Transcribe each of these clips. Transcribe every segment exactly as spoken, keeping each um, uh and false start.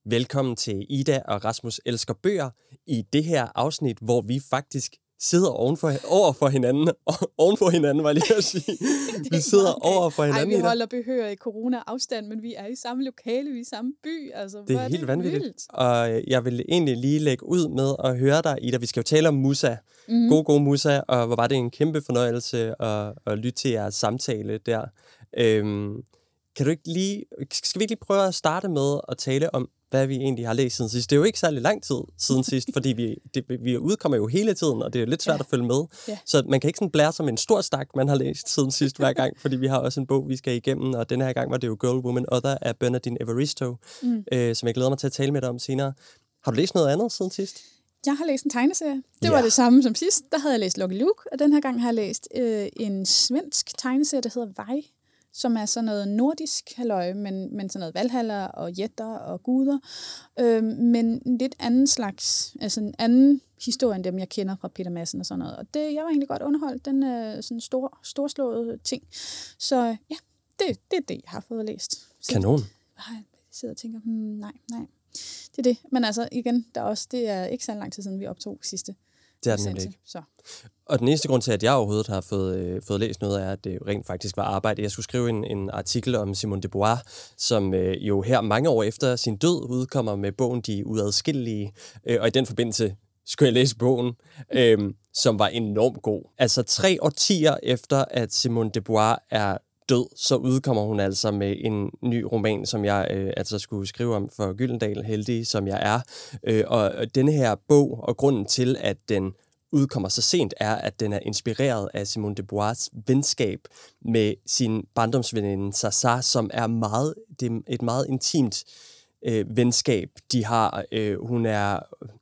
Velkommen til Ida og Rasmus elsker bøger i det her afsnit, hvor vi faktisk sidder ovenfor, over for hinanden. Oven for hinanden, var jeg lige at sige. Vi sidder over for hinanden. Ej, vi holder behør i corona-afstand, men vi er i samme lokale, vi er i samme by. Altså, det er, er helt det vanvittigt. Vildt. Og jeg vil egentlig lige lægge ud med at høre dig, Ida. Vi skal jo tale om Musa. Mm-hmm. God, god Musa. Og hvor var det en kæmpe fornøjelse at, at lytte til jeres samtale der. Øhm, kan du ikke lige... Skal vi ikke lige prøve at starte med at tale om, hvad vi egentlig har læst siden sidst? Det er jo ikke særlig lang tid siden sidst, fordi vi, det, vi udkommer jo hele tiden, og det er lidt svært ja. at følge med. Ja. Så man kan ikke sådan blære som en stor stak, man har læst siden sidst hver gang, fordi vi har også en bog, vi skal igennem, og denne her gang var det jo Girl, Woman, Other af Bernardine Evaristo, mm. øh, som jeg glæder mig til at tale med dig om senere. Har du læst noget andet siden sidst? Jeg har læst en tegneserie. Det ja. var det samme som sidst. Der havde jeg læst Lucky Luke, og den her gang har jeg læst øh, en svensk tegneserie, der hedder Vej, som er sådan noget nordisk halløj, men, men sådan noget valhaller og jætter og guder. Øh, men en lidt anden slags, altså en anden historie end dem, jeg kender fra Peter Madsen og sådan noget. Og det, jeg var egentlig godt underholdt. Den er sådan en stor, storslået ting. Så ja, det, det er det, jeg har fået læst. Så Kanon. Jeg sidder og tænker, hmm, nej, nej. Det er det. Men altså igen, der er også, det er ikke så lang tid siden, vi optog sidste. Det er det nemlig ikke. Så. Og den eneste grund til, at jeg overhovedet har fået, øh, fået læst noget, er, at det rent faktisk var arbejde. Jeg skulle skrive en, en artikel om Simone de Beauvoir, som øh, jo her mange år efter sin død udkommer med bogen De Uadskillelige. Øh, og i den forbindelse skulle jeg læse bogen, øh, som var enormt god. Altså tre årtier efter, at Simone de Beauvoir er død, så udkommer hun altså med en ny roman, som jeg øh, altså skulle skrive om for Gyldendal, heldig som jeg er. Øh, og, og denne her bog, og grunden til, at den udkommer så sent, er, at den er inspireret af Simone de Beauvoirs venskab med sin barndomsveninde Zaza, som er meget, det er et meget intimt øh, venskab, de har. Øh, hun er...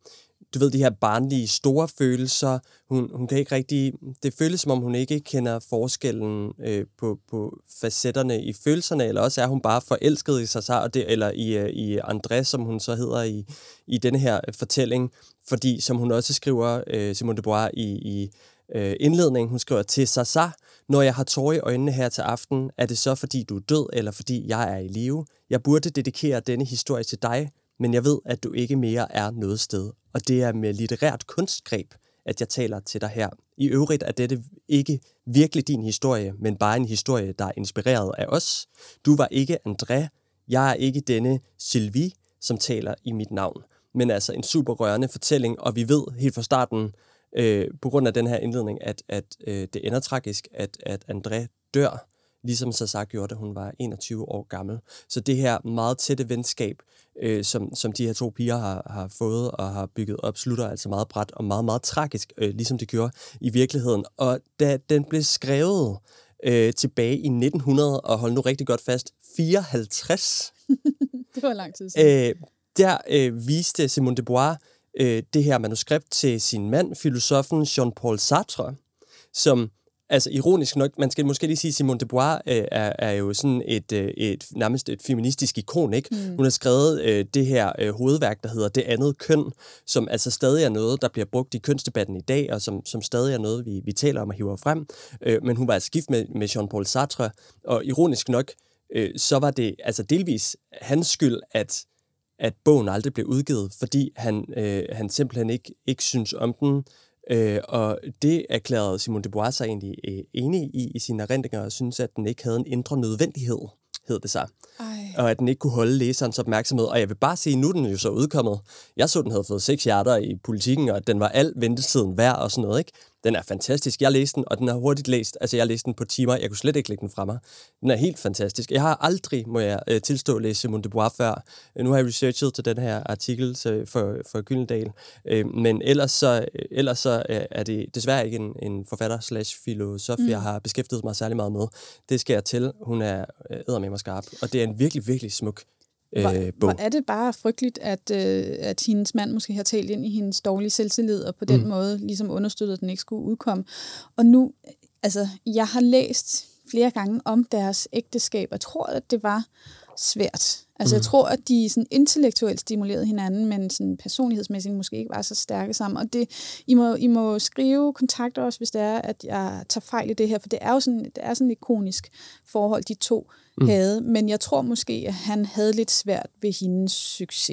Du ved, de her barnlige, store følelser, hun, hun kan ikke rigtig... Det føles, som om hun ikke kender forskellen øh, på, på facetterne i følelserne, eller også er hun bare forelsket i sig, og det, eller i, i André, som hun så hedder i, i denne her fortælling, fordi, som hun også skriver, øh, Simone de Beauvoir, i, i øh, indledningen, hun skriver til Zaza, når jeg har tårer i øjnene her til aften, er det så, fordi du er død, eller fordi jeg er i live? Jeg burde dedikere denne historie til dig, men jeg ved, at du ikke mere er noget sted. Og det er med litterært kunstgreb, at jeg taler til dig her. I øvrigt er dette ikke virkelig din historie, men bare en historie, der er inspireret af os. Du var ikke André, jeg er ikke denne Sylvie, som taler i mit navn. Men altså en super rørende fortælling, og vi ved helt fra starten, øh, på grund af den her indledning, at, at øh, det ender tragisk, at, at André dør, ligesom Zaza gjorde, da hun var enogtyve år gammel. Så det her meget tætte venskab, øh, som, som de her to piger har, har fået og har bygget op, slutter altså meget brat og meget, meget tragisk, øh, ligesom det gjorde i virkeligheden. Og da den blev skrevet øh, tilbage i nitten hundrede, og hold nu rigtig godt fast, fireoghalvtreds, det var lang tid siden. Øh, der øh, viste Simone de Beauvoir øh, det her manuskript til sin mand, filosofen Jean-Paul Sartre, som... Altså ironisk nok, man skal måske lige sige, at Simone de Beauvoir øh, er, er jo sådan et, øh, et nærmest et feministisk ikon, ikke? Mm. Hun har skrevet øh, det her øh, hovedværk, der hedder Det andet køn, som altså stadig er noget, der bliver brugt i kønsdebatten i dag, og som, som stadig er noget, vi, vi taler om og hiver frem. Øh, men hun var altså gift med, med Jean-Paul Sartre, og ironisk nok, øh, så var det altså delvis hans skyld, at, at bogen aldrig blev udgivet, fordi han, øh, han simpelthen ikke, ikke synes om den. Øh, og det erklærede Simone de Beauvoir sig egentlig øh, enig i i sine erindringer, og synes, at den ikke havde en indre nødvendighed, hed det sig. Ej. Og at den ikke kunne holde læserens opmærksomhed. Og jeg vil bare sige, nu er den jo så udkommet. Jeg så, den havde fået seks hjerter i Politikken, og den var al ventetiden værd og sådan noget, ikke? Den er fantastisk. Jeg læste den, og den er hurtigt læst. Altså, jeg læste den på timer. Jeg kunne slet ikke lægge den fra mig. Den er helt fantastisk. Jeg har aldrig, må jeg øh, tilstå, læst Simone de Beauvoir før. Nu har jeg researchet til den her artikel så, for, for Gyldendal. Øh, men ellers så, ellers så øh, er det desværre ikke en, en forfatter slash filosof, mm. jeg har beskæftiget mig særlig meget med. Det skal jeg til. Hun er øh, eddermame skarp. Og det er en virkelig, virkelig smuk Hvor, hvor er det bare frygteligt, at, øh, at hendes mand måske har talt ind i hendes dårlige selvtillid, og på den mm. måde ligesom understøttet, at den ikke skulle udkomme. Og nu, altså, jeg har læst flere gange om deres ægteskab, og jeg tror, at det var svært. Altså, mm. jeg tror, at de sådan intellektuelt stimulerede hinanden, men sådan personlighedsmæssigt måske ikke var så stærke sammen. Og det, I må, I må skrive, kontakte os, hvis det er, at jeg tager fejl i det her, for det er jo sådan, det er sådan et ikonisk forhold, de to mm. havde. Men jeg tror måske, at han havde lidt svært ved hendes succes.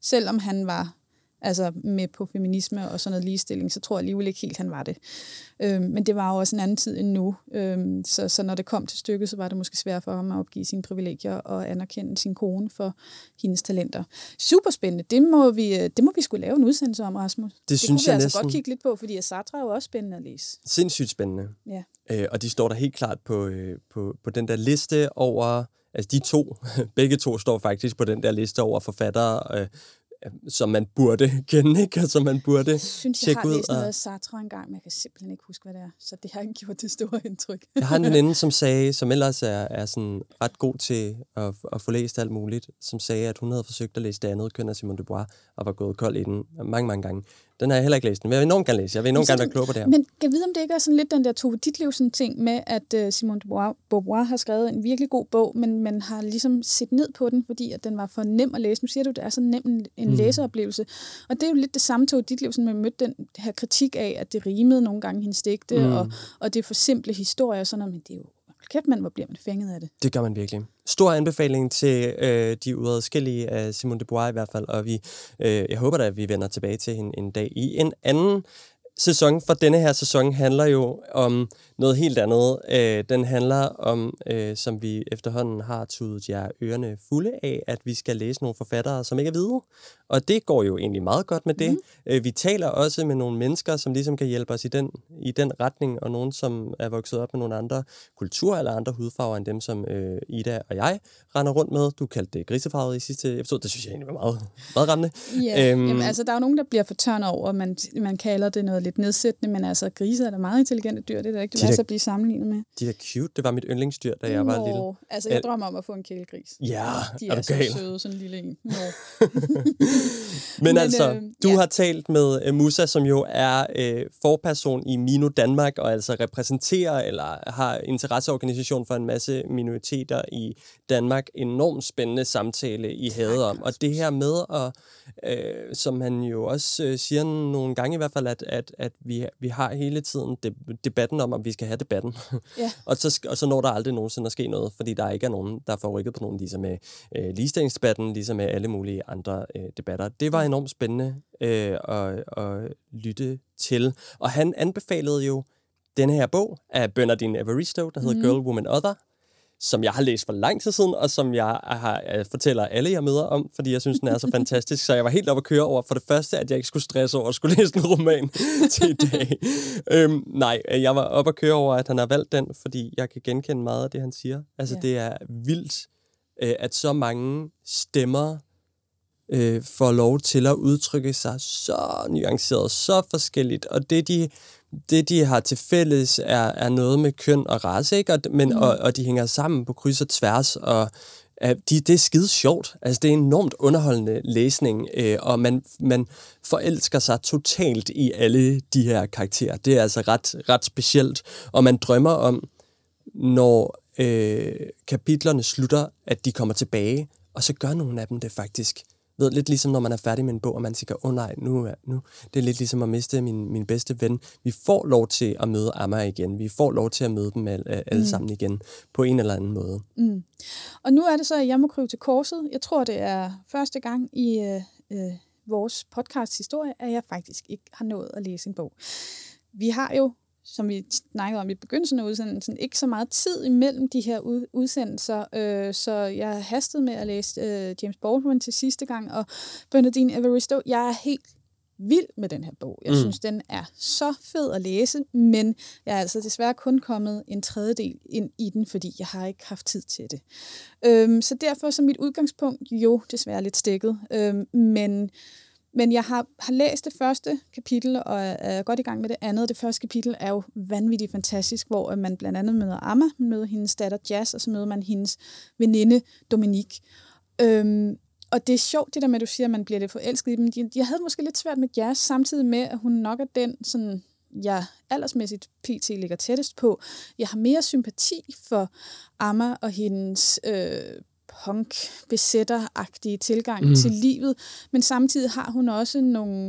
selvom han var altså med på feminisme og sådan noget ligestilling, så tror jeg alligevel ikke helt, han var det. Øhm, men det var jo også en anden tid end nu. Øhm, så, så når det kom til stykket, så var det måske svært for ham at opgive sine privilegier og anerkende sin kone for hendes talenter. Superspændende. Det må vi, det må vi skulle lave en udsendelse om, Rasmus. Det, det synes kunne vi jeg altså næsten godt kigge lidt på, fordi Sartre er jo også spændende at læse. Sindssygt spændende. Ja. Øh, og de står der helt klart på, øh, på, på den der liste over, altså de to, begge to står faktisk på den der liste over forfattere, øh, som man burde kende, ikke? Som man burde jeg synes, jeg har læst og... noget af Sartre engang, men jeg kan simpelthen ikke huske, hvad det er. Så det har ikke gjort det store indtryk. Jeg har en veninde, som sagde, som ellers er, er sådan ret god til at, at få læst alt muligt, som sagde, at hun havde forsøgt at læse Det andet køn af Simone de Beauvoir, og var gået kold i den mange, mange gange. Den har jeg heller ikke læst. Men jeg vil enormt gerne læse. Jeg vil enormt gerne være klog på det her. Men kan jeg vide, om det ikke er sådan lidt den der Tove Ditlevsen ting med, at uh, Simone de Beauvoir har skrevet en virkelig god bog, men man har ligesom set ned på den, fordi at den var for nem at læse. Nu siger du, at det er så nem en, en mm. læseoplevelse. Og det er jo lidt det samme, Tove Ditlevsen, man mødte den her kritik af, at det rimede nogle gange hendes digte, mm. og, og det er for simple historier og sådan noget, men det er jo kæft, man, hvor bliver man fænget af det. Det gør man virkelig. Stor anbefaling til øh, de uadskillige af Simone de Beauvoir i hvert fald, og vi, øh, jeg håber da, at vi vender tilbage til hende en dag. I en anden sæson for denne her sæson handler jo om noget helt andet. Øh, den handler om, øh, som vi efterhånden har tudet jer ørerne fulde af, at vi skal læse nogle forfattere, som ikke er hvide. Og det går jo egentlig meget godt med det. Mm. Øh, vi taler også med nogle mennesker, som ligesom kan hjælpe os i den, i den retning, og nogen, som er vokset op med nogle andre kulturer eller andre hudfarver end dem, som øh, Ida og jeg render rundt med. Du kaldte det grisefarvet i sidste episode. Det synes jeg egentlig var meget, meget rammende. Ja, øhm, jamen, altså der er jo nogen, der bliver fortørnet over, man, man kalder det noget lidt nedsættende, men altså grise er da meget intelligente dyr, det er da ikke det værste at blive sammenlignet med. De er cute, det var mit yndlingsdyr, da jeg var Nå, lille. Altså jeg drømmer om at få en kælegris. Ja, de er, er, er så gal? søde, sådan en lille en. men, men altså, øh, du ja. har talt med uh, Musa, som jo er uh, forperson i Mino Danmark, og altså repræsenterer eller har interesseorganisation for en masse minoriteter i Danmark. Enormt spændende samtale, I havde om. Og det her med, at, uh, som han jo også uh, siger nogle gange i hvert fald, at, at, at vi, vi har hele tiden de- debatten om, om vi skal have debatten. Ja. og, så, og så når der aldrig nogensinde at ske noget, fordi der ikke er nogen, der får rykket på nogen, ligesom med uh, ligestillingsdebatten, ligesom med alle mulige andre uh, debatter. Det var enormt spændende øh, at, at lytte til. Og han anbefalede jo denne her bog af Bernardine Evaristo, der hedder mm. Girl, Woman, Other, som jeg har læst for lang tid siden, og som jeg har, jeg fortæller alle, jeg møder om, fordi jeg synes, den er så fantastisk. Så jeg var helt oppe at køre over for det første, at jeg ikke skulle stresse over at skulle læse en roman til i dag. øhm, nej, jeg var oppe at køre over, at han har valgt den, fordi jeg kan genkende meget af det, han siger. Altså, yeah. det er vildt, øh, at så mange stemmer øh, får lov til at udtrykke sig så nuanceret, så forskelligt, og det de, det, de har til fælles, er, er noget med køn og race, ikke? Og, men, mm. og, og de hænger sammen på kryds og tværs, og øh, de, det er skide sjovt. Altså, det er enormt underholdende læsning, øh, og man, man forelsker sig totalt i alle de her karakterer. Det er altså ret, ret specielt, og man drømmer om, når øh, kapitlerne slutter, at de kommer tilbage, og så gør nogle af dem det faktisk. Ved, lidt ligesom når man er færdig med en bog, og man siger, åh oh, nej, nu er nu. Det er lidt ligesom at miste min, min bedste ven. Vi får lov til at møde Amma igen. Vi får lov til at møde dem alle, alle mm. sammen igen, på en eller anden måde. Mm. Og nu er det så, at jeg må krybe til korset. Jeg tror, det er første gang i øh, øh, vores podcast historie, at jeg faktisk ikke har nået at læse en bog. Vi har jo, som vi snakkede om i begyndelsen af udsendelsen, ikke så meget tid imellem de her udsendelser, øh, så jeg hastede med at læse øh, James Baldwin til sidste gang, og Bernardine Evaristo. Jeg er helt vild med den her bog. Jeg mm. synes, den er så fed at læse, men jeg er altså desværre kun kommet en tredjedel ind i den, fordi jeg har ikke haft tid til det. Øhm, så derfor så mit udgangspunkt jo desværre lidt stikket, øhm, men Men jeg har, har læst det første kapitel, og er, er godt i gang med det andet. Det første kapitel er jo vanvittigt fantastisk, hvor man blandt andet møder Amma, man møder hendes datter Jazz, og så møder man hendes veninde Dominique. Øhm, og det er sjovt, det der med, at du siger, at man bliver lidt forelsket i dem. Jeg havde måske lidt svært med Jazz, samtidig med, at hun nok er den, sådan, jeg aldersmæssigt pt. Ligger tættest på. Jeg har mere sympati for Amma og hendes Øh, punk-besætteragtige tilgang mm. til livet, men samtidig har hun også nogle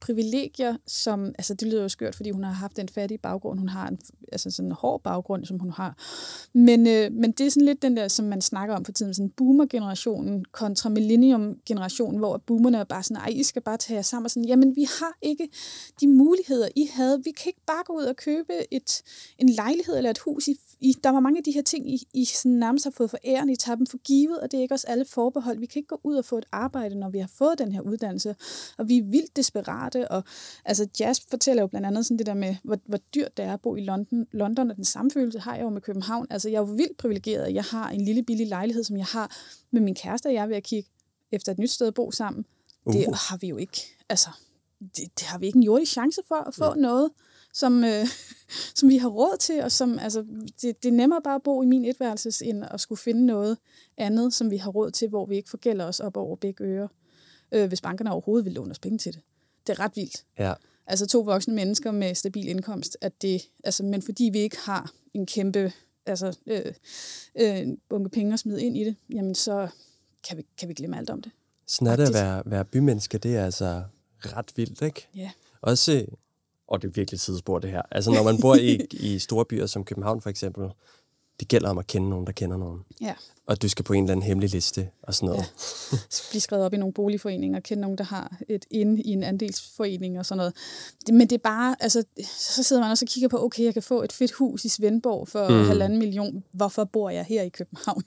privilegier, som, altså det lyder jo skørt, fordi hun har haft en fattig baggrund, hun har en, altså sådan en hård baggrund, som hun har. Men, øh, men det er sådan lidt den der, som man snakker om for tiden, sådan boomer-generationen kontra millennium-generationen, hvor boomerne er bare sådan, ej, I skal bare tage jer sammen, og sådan, jamen vi har ikke de muligheder, I havde. Vi kan ikke bare gå ud og købe et, en lejlighed eller et hus. I, I, der var mange af de her ting, I, I sådan nærmest har fået for æren, I tager dem for givet, og det er ikke os alle forbehold. Vi kan ikke gå ud og få et arbejde, når vi har fået den her uddannelse, og vi er vildt desperate, og altså Jazz fortæller jo blandt andet sådan det der med, hvor, hvor dyrt det er at bo i London, London, og den samme følelse har jeg jo med København. Altså jeg er jo vildt privilegeret, jeg har en lille billig lejlighed, som jeg har med min kæreste, og jeg er ved at kigge efter et nyt sted at bo sammen. Uh. Det har vi jo ikke, altså det, det har vi ikke en jordisk chance for at få ja. noget, som, øh, som vi har råd til, og som, altså, det, det er nemmere bare at bo i min etværelses, end at skulle finde noget andet, som vi har råd til, hvor vi ikke forgælder os op over begge ører, øh, hvis bankerne overhovedet vil låne os penge til det. Det er ret vildt. Ja. Altså to voksne mennesker med stabil indkomst, at det, altså, men fordi vi ikke har en kæmpe altså, øh, øh, en bunke penge at smide ind i det, jamen så kan vi, kan vi glemme alt om det. Sådan er det at være, være bymenneske, det er altså ret vildt, ikke? Ja. Også, og det er virkelig sidespor det her, altså når man bor i, i store byer som København for eksempel, det gælder om at kende nogen, der kender nogen. Ja. Og du skal på en eller anden hemmelig liste og sådan noget. Ja. Blive skrevet op i nogle boligforeninger, kende nogen, der har et inde i en andelsforening og sådan noget. Det, men det er bare, altså, så sidder man også og kigger på, okay, jeg kan få et fedt hus i Svendborg for mm. halvanden million. Hvorfor bor jeg her i København?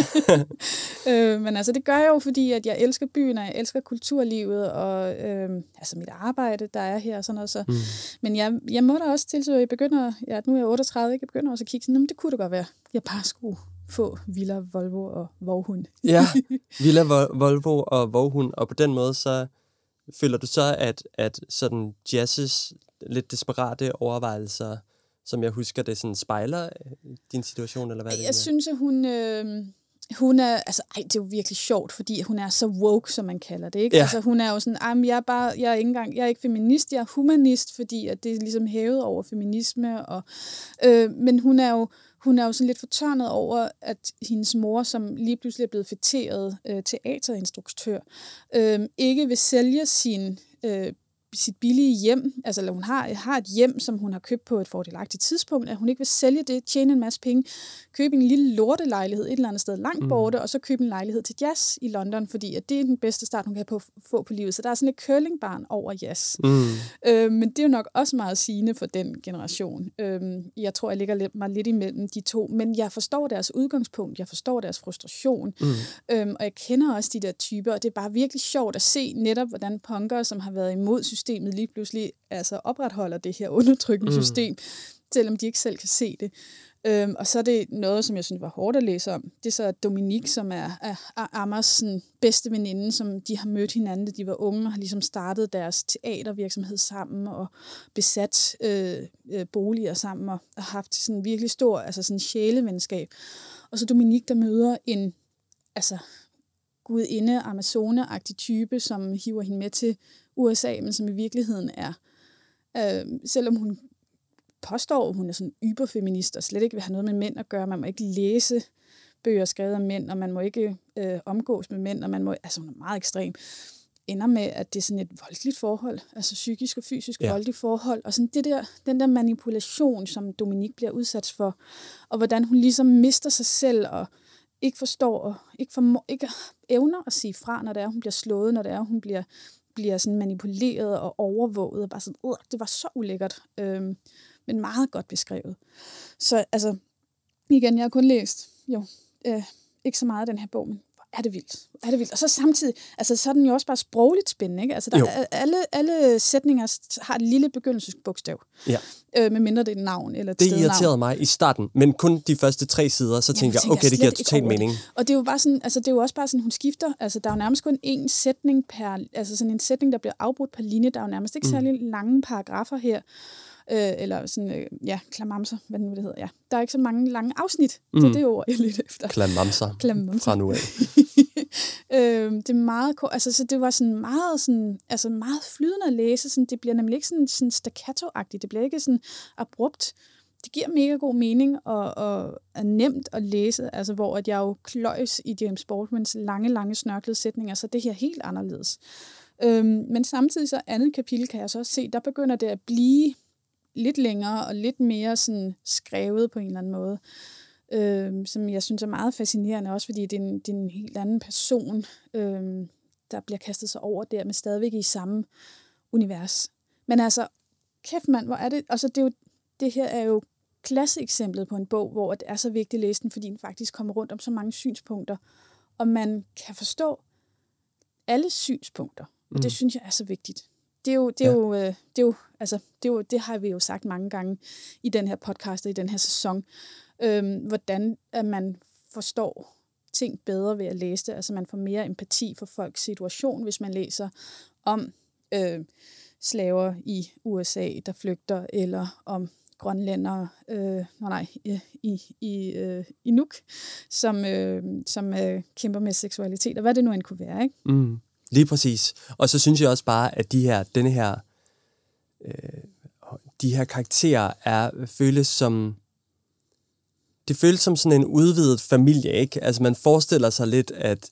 øh, men altså, det gør jeg jo, fordi at jeg elsker byen, og jeg elsker kulturlivet, og øh, altså mit arbejde, der er her og sådan noget. Så. Mm. Men jeg, jeg må da også tilsøge, at jeg begynder, ja, nu er jeg otteogtredive, jeg begynder også at kigge sådan, det kunne det godt være. Jeg bare skulle få Villa, Volvo og Vovhund. Ja, Villa, Volvo og Vovhund, og på den måde så føler du så, at, at sådan Jazzes lidt desperate overvejelser, som jeg husker det, sådan spejler din situation, eller hvad er det? Jeg synes, at hun... Øh Hun er, altså, ej, det er jo virkelig sjovt, fordi hun er så woke, som man kalder det, ikke? Ja. Altså, hun er jo sådan, ej, men jeg er bare, jeg er ikke engang, jeg er ikke feminist, jeg er humanist, fordi at det er ligesom hævet over feminisme, og, øh, men hun er jo, hun er jo sådan lidt fortørnet over, at hendes mor, som lige pludselig er blevet fætteret øh, teaterinstruktør, øh, ikke vil sælge sin øh, sit billige hjem, altså eller hun har, har et hjem, som hun har købt på et fordelagtigt tidspunkt, at hun ikke vil sælge det, tjene en masse penge, købe en lille lortelejlighed et eller andet sted langt mm. borte, og så købe en lejlighed til Jazz i London, fordi at det er den bedste start, hun kan på, få på livet. Så der er sådan et curlingbarn over Jazz. Mm. Øh, men det er jo nok også meget sigende for den generation. Øh, jeg tror, jeg ligger lidt, mig lidt imellem de to, men jeg forstår deres udgangspunkt, jeg forstår deres frustration, mm. øh, og jeg kender også de der typer, og det er bare virkelig sjovt at se netop, hvordan punkere, som har været imod systemet, lige pludselig altså opretholder det her undertrykkende mm. system, selvom de ikke selv kan se det. Øhm, og så er det noget, som jeg synes var hårdt at læse om. Det er så Dominique, som er, er, er Ammers bedste veninde, som de har mødt hinanden, da de var unge, og har ligesom startet deres teatervirksomhed sammen, og besat øh, øh, boliger sammen, og har haft sådan en virkelig stor altså sådan sjælevenskab. Og så Dominique, der møder en altså gudinde, Amazone-agtig type, som hiver hende med til U S A, men som i virkeligheden er, øh, selvom hun påstår, at hun er sådan yberfeminist, og slet ikke vil have noget med mænd at gøre, man må ikke læse bøger skrevet af mænd, og man må ikke øh, omgås med mænd, og man må, altså hun er meget ekstrem, ender med, at det er sådan et voldeligt forhold, altså psykisk og fysisk ja. voldeligt forhold, og sådan det der, den der manipulation, som Dominique bliver udsat for, og hvordan hun ligesom mister sig selv, og ikke forstår, og ikke, formår, ikke evner at sige fra, når det er, hun bliver slået, når det er, hun bliver bliver sådan manipuleret og overvåget, og bare sådan, øh, det var så ulækkert, øhm, men meget godt beskrevet. Så altså, igen, jeg har kun læst, jo, øh, ikke så meget af den her bog, men hvor er det vildt, hvor er det vildt. Og så samtidig, altså så er den jo også bare sprogligt spændende, ikke? Altså der er, alle, alle sætninger har et lille begyndelsesbogstav, ja. øh, medmindre det er et navn eller et det stednavn. Det irriterede mig i starten, men kun de første tre sider, så tænkte jeg, okay, det giver totalt mening. Og det er jo bare sådan, altså det er jo også bare sådan, hun skifter, altså der er jo nærmest kun én sætning per, altså sådan en sætning, der bliver afbrudt per linje, der er jo nærmest ikke mm. særlig lange paragrafer her, øh, eller sådan, øh, ja, klamamser, hvad det nu det hedder, ja. Der er ikke så mange lange afsnit, mm. det er det ord, jeg lidt efter. Klamamser, Klamamser. Fra nu af. øh, det er meget, altså så det var sådan meget, sådan, altså meget flydende at læse, sådan, det bliver nemlig ikke sådan, sådan staccato-agtigt, det bliver ikke sådan abrupt. Det giver mega god mening, og, og er nemt at læse, altså hvor at jeg jo kløjs i James Baldwins lange, lange snørklede sætninger, så det her er helt anderledes. Øhm, men samtidig så andet kapitel kan jeg så også se, der begynder det at blive lidt længere og lidt mere sådan skrevet på en eller anden måde, øhm, som jeg synes er meget fascinerende, også fordi det er en, det er en helt anden person, øhm, der bliver kastet sig over der, men stadigvæk i samme univers. Men altså, kæft mand, hvor er det, altså det, er jo, det her er jo klasseeksemplet på en bog, hvor det er så vigtigt at læse den, fordi den faktisk kommer rundt om så mange synspunkter, og man kan forstå alle synspunkter, og mm. det synes jeg er så vigtigt. Det er jo, det er ja. jo, det er jo, altså, det er jo, det har vi jo sagt mange gange i den her podcast og i den her sæson, øhm, hvordan at man forstår ting bedre ved at læse det, altså man får mere empati for folks situation, hvis man læser om øh, slaver i U S A, der flygter, eller om grønlændere, øh, nej, nej, i, i øh, Inuk, som, øh, som øh, kæmper med seksualitet, og hvad det nu end kunne være, ikke? Mm. Lige præcis. Og så synes jeg også bare, at de her, denne her, øh, de her karakterer er, føles som, det føles som sådan en udvidet familie, ikke? Altså man forestiller sig lidt, at,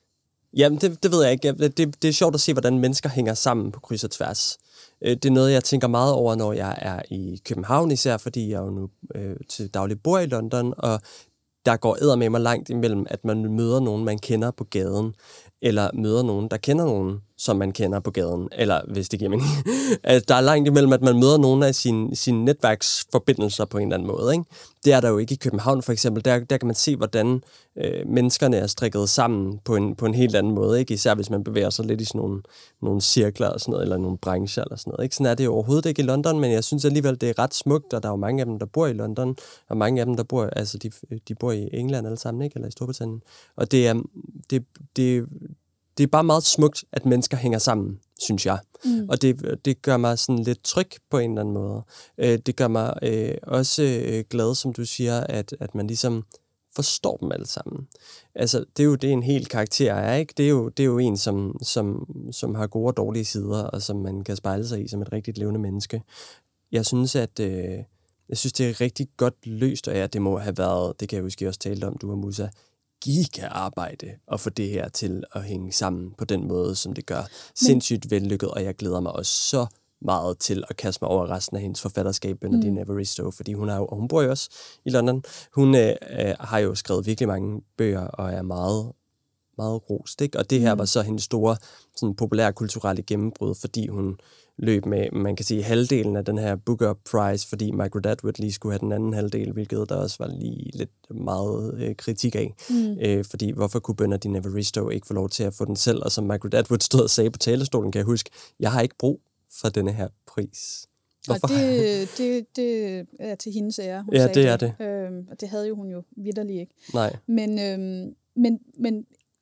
jamen det, det ved jeg ikke, det, det er sjovt at se, hvordan mennesker hænger sammen på kryds og tværs. Det er noget, jeg tænker meget over, når jeg er i København, især fordi jeg jo nu øh, til daglig bor i London, og der går eddermame langt imellem, at man møder nogen, man kender på gaden, eller møder nogen, der kender nogen, som man kender på gaden, eller hvis det giver mening. Der er langt imellem, at man møder nogle af sine, sine netværksforbindelser på en eller anden måde, ikke? Det er der jo ikke i København, for eksempel. Der, der kan man se, hvordan øh, menneskerne er strikket sammen på en, på en helt anden måde, ikke? Især hvis man bevæger sig lidt i sådan nogle, nogle cirkler og sådan noget, eller nogle brancher eller sådan noget, ikke? Sådan er det jo overhovedet ikke i London, men jeg synes alligevel, det er ret smukt, og der er jo mange af dem, der bor i London, og mange af dem, der bor, altså de, de bor i England alle sammen, ikke? Eller i Storbritannien. Og det er, det, det, det er bare meget smukt, at mennesker hænger sammen, synes jeg. Mm. Og det, det gør mig sådan lidt tryg på en eller anden måde. Øh, det gør mig øh, også øh, glad, som du siger, at, at man ligesom forstår dem alle sammen. Altså, det er jo det, en hel karakter er, ikke? Det er jo, det er jo en, som, som, som har gode og dårlige sider, og som man kan spejle sig i som et rigtigt levende menneske. Jeg synes, at øh, jeg synes, det er rigtig godt løst, og ja, det må have været, det kan jeg huske, jeg også talte om, du og Musa, giga-arbejde at få det her til at hænge sammen på den måde, som det gør. Men sindssygt vellykket, og jeg glæder mig også så meget til at kaste mig over resten af hendes forfatterskab, Bernardine mm. Evaristo, fordi hun, er jo, og hun bor jo også i London. Hun øh, har jo skrevet virkelig mange bøger, og er meget, meget rost, ikke? Og det her mm. var så hendes store sådan, populærkulturelle gennembrud, fordi hun løb med, man kan sige, halvdelen af den her Booker Prize, fordi Margaret Atwood lige skulle have den anden halvdel, hvilket der også var lige lidt meget øh, kritik af. Mm. Øh, fordi hvorfor kunne Bernardine Evaristo ikke få lov til at få den selv? Og som Margaret Atwood stod og sagde på talerstolen, kan jeg huske, jeg har ikke brug for denne her pris. Hvorfor? Og det, det, det er til hendes ære, hun ja, sagde det er det. det. Øhm, og det havde jo hun jo vitterligt ikke. Nej. Men, øhm, men, men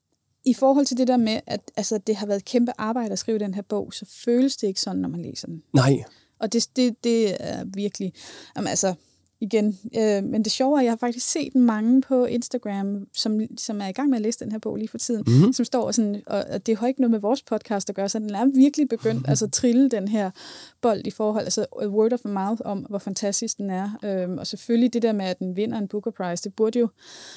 i forhold til det der med, at altså, det har været et kæmpe arbejde at skrive den her bog, så føles det ikke sådan, når man læser den. Nej. Og det, det, det er virkelig, jamen, altså igen, øh, men det sjove er, at jeg har faktisk set mange på Instagram, som, som er i gang med at læse den her bog lige for tiden, mm-hmm. som står sådan, og, og det har ikke noget med vores podcast at gøre, så den er virkelig begyndt mm-hmm. altså, at trille den her bold i forhold, altså word of mouth om, hvor fantastisk den er. Øh, og selvfølgelig det der med, at den vinder en Booker Prize, det burde jo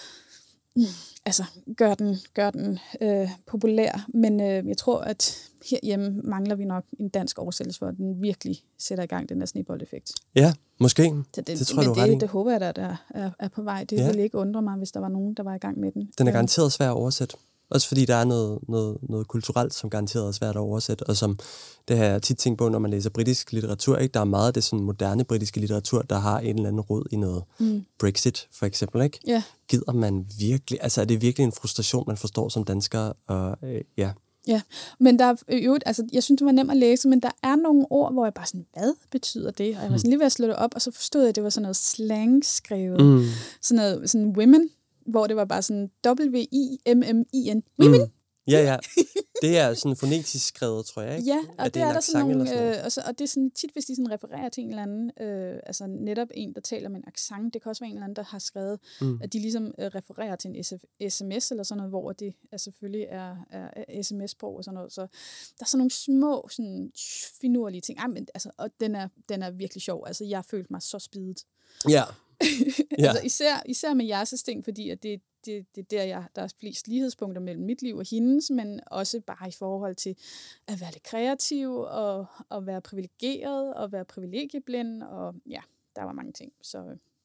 altså, gør den, gør den øh, populær, men øh, jeg tror, at herhjemme mangler vi nok en dansk oversættelse, hvor den virkelig sætter i gang den der snebold-effekt. Ja, måske. Så det, det tror men jeg, du det, ret det håber jeg, der, der er, er på vej. Det ja. ville ikke undre mig, hvis der var nogen, der var i gang med den. Den er garanteret svær at oversætte. Også fordi der er noget, noget, noget kulturelt, som garanteret er svært at oversætte, og som det har jeg tit tænkt på, når man læser britisk litteratur, ikke? Der er meget af det sådan moderne britiske litteratur, der har en eller anden rod i noget. Mm. Brexit, for eksempel, ikke? Yeah. Gider man virkelig, altså er det virkelig en frustration, man forstår som dansker, og øh, ja. Ja, men der er jo, altså jeg synes, det var nemt at læse, men der er nogle ord, hvor jeg bare sådan, hvad betyder det? Og jeg var sådan lige ved at slå det op, og så forstod jeg, at det var sådan noget slang skrevet. Mm. Sådan noget, sådan women, hvor det var bare sådan W I M M I N. Women! Mm. Ja, ja. Det er sådan fonetisk skrevet, tror jeg, ikke? Ja, og det, det er, er der sådan nogle, sådan øh, og, så, og det er sådan tit, hvis de sådan refererer til en eller anden, øh, altså netop en, der taler med en accent, det kan også være en eller anden, der har skrevet, mm. at de ligesom øh, refererer til en sms eller sådan noget, hvor det er selvfølgelig er, er, er sms-sprog og sådan noget, så der er sådan nogle små, sådan finurlige ting. Ej, men, altså, og den er, den er virkelig sjov, altså jeg følte mig så spidet. Ja. altså især, især med jeres ting, fordi at det, det, det er der, jeg, der er flest lighedspunkter mellem mit liv og hendes, men også bare i forhold til at være lidt kreativ, og, og være privilegeret, og være privilegieblind, og ja, der var mange ting. Så,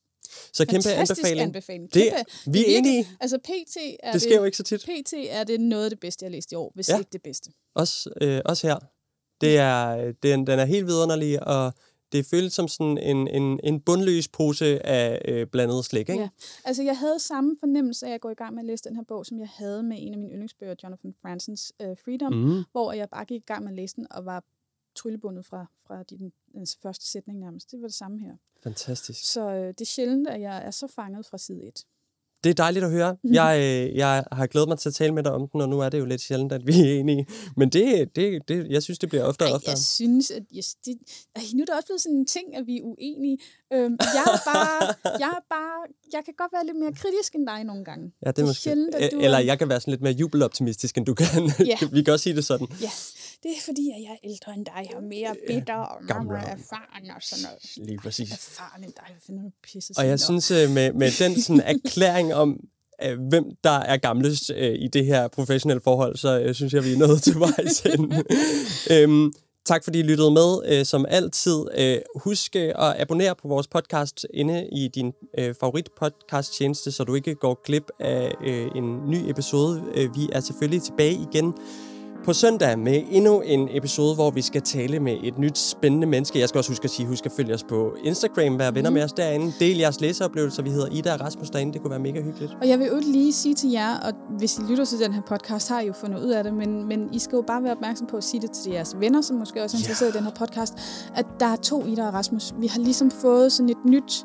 så kæmpe anbefaling. anbefaling. Det, kæmpe, vi er enige. Altså P T er det sker det, jo ikke så tit. P T er det noget af det bedste, jeg har læst i år, hvis ja. ikke det bedste. Også, øh, også her. Det er, den, den er helt vidunderlig, og det føles som sådan en, en, en bundløs pose af øh, blandet slik, ikke? Ja, altså jeg havde samme fornemmelse af at gå i gang med at læse den her bog, som jeg havde med en af mine yndlingsbøger, Jonathan Franzens uh, Freedom, mm. hvor jeg bare gik i gang med at læse den, og var tryllebundet fra, fra de, den, den første sætning nærmest. Det var det samme her. Fantastisk. Så øh, det er sjældent, at jeg er så fanget fra side et. Det er dejligt at høre. Jeg, øh, jeg har glædet mig til at tale med dig om den, og nu er det jo lidt sjældent, at vi er enige. Men det, det, det, jeg synes, det bliver oftere og oftere. Jeg synes, at yes, det, nu er det også blevet sådan en ting, at vi er uenige. Øhm, jeg, er bare, jeg er bare, jeg kan godt være lidt mere kritisk end dig nogle gange. Ja, det er, det er måske sjældent, at du Eller jeg kan være sådan lidt mere jubeloptimistisk, end du kan. Ja. Vi kan også sige det sådan. Ja, det er fordi, at jeg er ældre end dig, og mere bitter og mere erfaren og sådan noget. Lige præcis. Erfaren end dig, hvad finder du pisse? Og jeg synes, med, med den sådan erklæring om, hvem der er gamlest øh, i det her professionelle forhold, så øh, synes jeg, vi er nået til vejs ende. øhm, tak fordi I lyttede med. Øh, som altid, øh, husk at abonnere på vores podcast inde i din øh, favorit podcast tjeneste, så du ikke går glip af øh, en ny episode. Øh, vi er selvfølgelig tilbage igen på søndag med endnu en episode, hvor vi skal tale med et nyt spændende menneske. Jeg skal også huske at sige, husk at følge os på Instagram, vær venner med os derinde. Del jeres læseoplevelser. Vi hedder Ida og Rasmus derinde. Det kunne være mega hyggeligt. Og jeg vil jo lige sige til jer, og hvis I lytter til den her podcast, har I jo fundet ud af det, men, men I skal jo bare være opmærksom på at sige det til jeres venner, som måske også er interesseret yeah. i den her podcast, at der er to Ida og Rasmus. Vi har ligesom fået sådan et nyt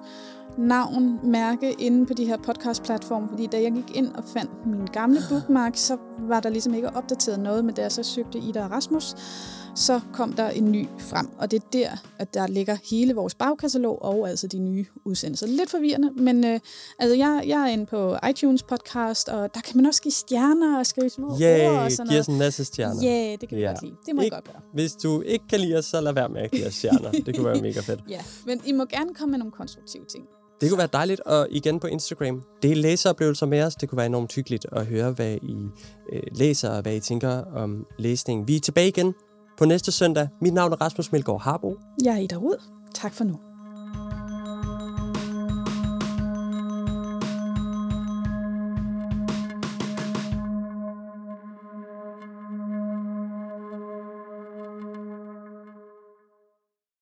navn, mærke inde på de her podcast-platforme, fordi da jeg gik ind og fandt min gamle bookmark, så var der ligesom ikke opdateret noget, men da jeg så søgte Ida og Rasmus, så kom der en ny frem, og det er der, at der ligger hele vores bagkatalog, og altså de nye udsendelser. Lidt forvirrende, men øh, altså jeg, jeg er inde på iTunes podcast, og der kan man også give stjerner og skrive små yeah, ord og sådan noget. Giv os en masse stjerner. Ja, yeah, det kan vi yeah. godt lide. Det må ikke, I godt gøre. Hvis du ikke kan lide os, så lad være med at give os stjerner. Det kunne være mega fedt. Ja, men I må gerne komme med nogle konstruktive ting. Det kunne være dejligt, og igen på Instagram. Det er læseoplevelser med os. Det kunne være enormt hyggeligt at høre, hvad I øh, læser, og hvad I tænker om læsningen. Vi er tilbage igen på næste søndag. Mit navn er Rasmus Melgaard Harbo. Jeg er Ida Rud. Tak for nu.